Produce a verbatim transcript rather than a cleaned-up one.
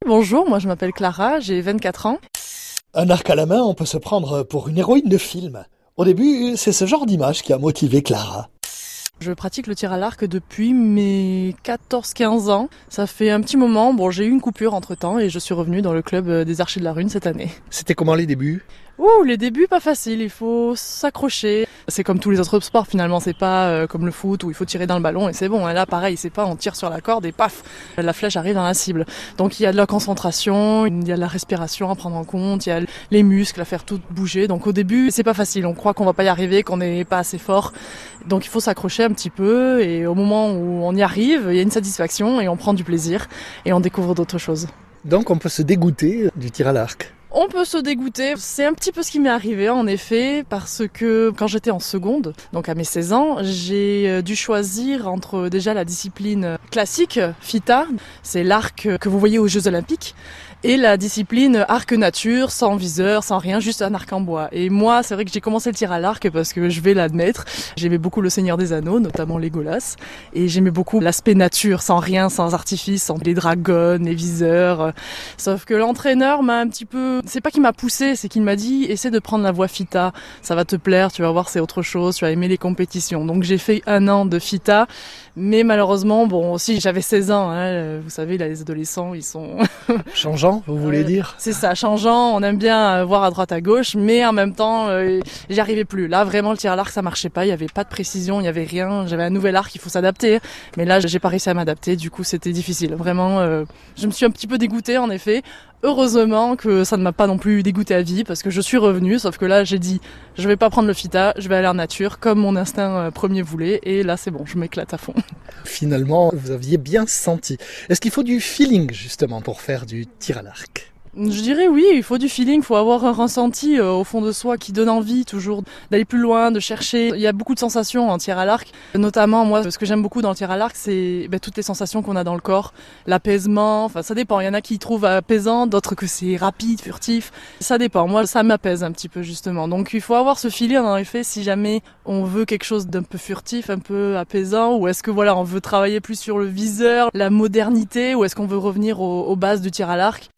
Bonjour, moi je m'appelle Clara, j'ai vingt-quatre ans. Un arc à la main, on peut se prendre pour une héroïne de film. Au début, c'est ce genre d'image qui a motivé Clara. Je pratique le tir à l'arc depuis mes quatorze quinze ans. Ça fait un petit moment, bon j'ai eu une coupure entre temps et je suis revenue dans le club des Archers de la Rune cette année. C'était comment les débuts ? Ouh, les débuts pas faciles, il faut s'accrocher. C'est comme tous les autres sports finalement, c'est pas euh, comme le foot où il faut tirer dans le ballon et c'est bon. Là pareil, c'est pas on tire sur la corde et paf, la flèche arrive dans la cible. Donc il y a de la concentration, il y a de la respiration à prendre en compte, il y a les muscles à faire tout bouger. Donc au début, c'est pas facile, on croit qu'on va pas y arriver, qu'on n'est pas assez fort. Donc il faut s'accrocher un petit peu et au moment où on y arrive, il y a une satisfaction et on prend du plaisir et on découvre d'autres choses. Donc on peut se dégoûter du tir à l'arc. On peut se dégoûter, c'est un petit peu ce qui m'est arrivé en effet, parce que quand j'étais en seconde, donc à mes seize ans, j'ai dû choisir entre déjà la discipline classique, FITA, c'est l'arc que vous voyez aux Jeux Olympiques, et la discipline arc nature, sans viseur, sans rien, juste un arc en bois. Et moi, c'est vrai que j'ai commencé le tir à l'arc parce que je vais l'admettre, j'aimais beaucoup le Seigneur des Anneaux, notamment Legolas, et j'aimais beaucoup l'aspect nature, sans rien, sans artifice, sans les dragons, les viseurs. Sauf que l'entraîneur m'a un petit peu, c'est pas qu'il m'a poussé, c'est qu'il m'a dit essaie de prendre la voie FITA, ça va te plaire, tu vas voir c'est autre chose, tu vas aimer les compétitions. Donc j'ai fait un an de FITA, mais malheureusement, bon aussi j'avais seize ans, hein, vous savez là, les adolescents ils sont changeants, vous voulez euh, dire ? C'est ça, changeant, on aime bien voir à droite à gauche, mais en même temps euh, j'y arrivais plus. Là vraiment le tir à l'arc ça marchait pas, il y avait pas de précision, il y avait rien, j'avais un nouvel arc, il faut s'adapter, mais là j'ai pas réussi à m'adapter, du coup c'était difficile. Vraiment, euh, je me suis un petit peu dégoûtée en effet. Heureusement que ça ne m'a pas non plus dégoûté à vie parce que je suis revenue, sauf que là j'ai dit je vais pas prendre le FITA, je vais aller en nature comme mon instinct premier voulait et là c'est bon, je m'éclate à fond. Finalement, vous aviez bien senti. Est-ce qu'il faut du feeling justement pour faire du tir à l'arc ? Je dirais oui, il faut du feeling, il faut avoir un ressenti euh, au fond de soi qui donne envie toujours d'aller plus loin, de chercher. Il y a beaucoup de sensations en tir à l'arc, notamment moi ce que j'aime beaucoup dans le tir à l'arc c'est ben, toutes les sensations qu'on a dans le corps, l'apaisement, enfin ça dépend, il y en a qui trouvent apaisant, d'autres que c'est rapide, furtif, ça dépend, moi ça m'apaise un petit peu justement. Donc il faut avoir ce feeling en effet si jamais on veut quelque chose d'un peu furtif, un peu apaisant, ou est-ce que voilà on veut travailler plus sur le viseur, la modernité, ou est-ce qu'on veut revenir aux, aux bases du tir à l'arc.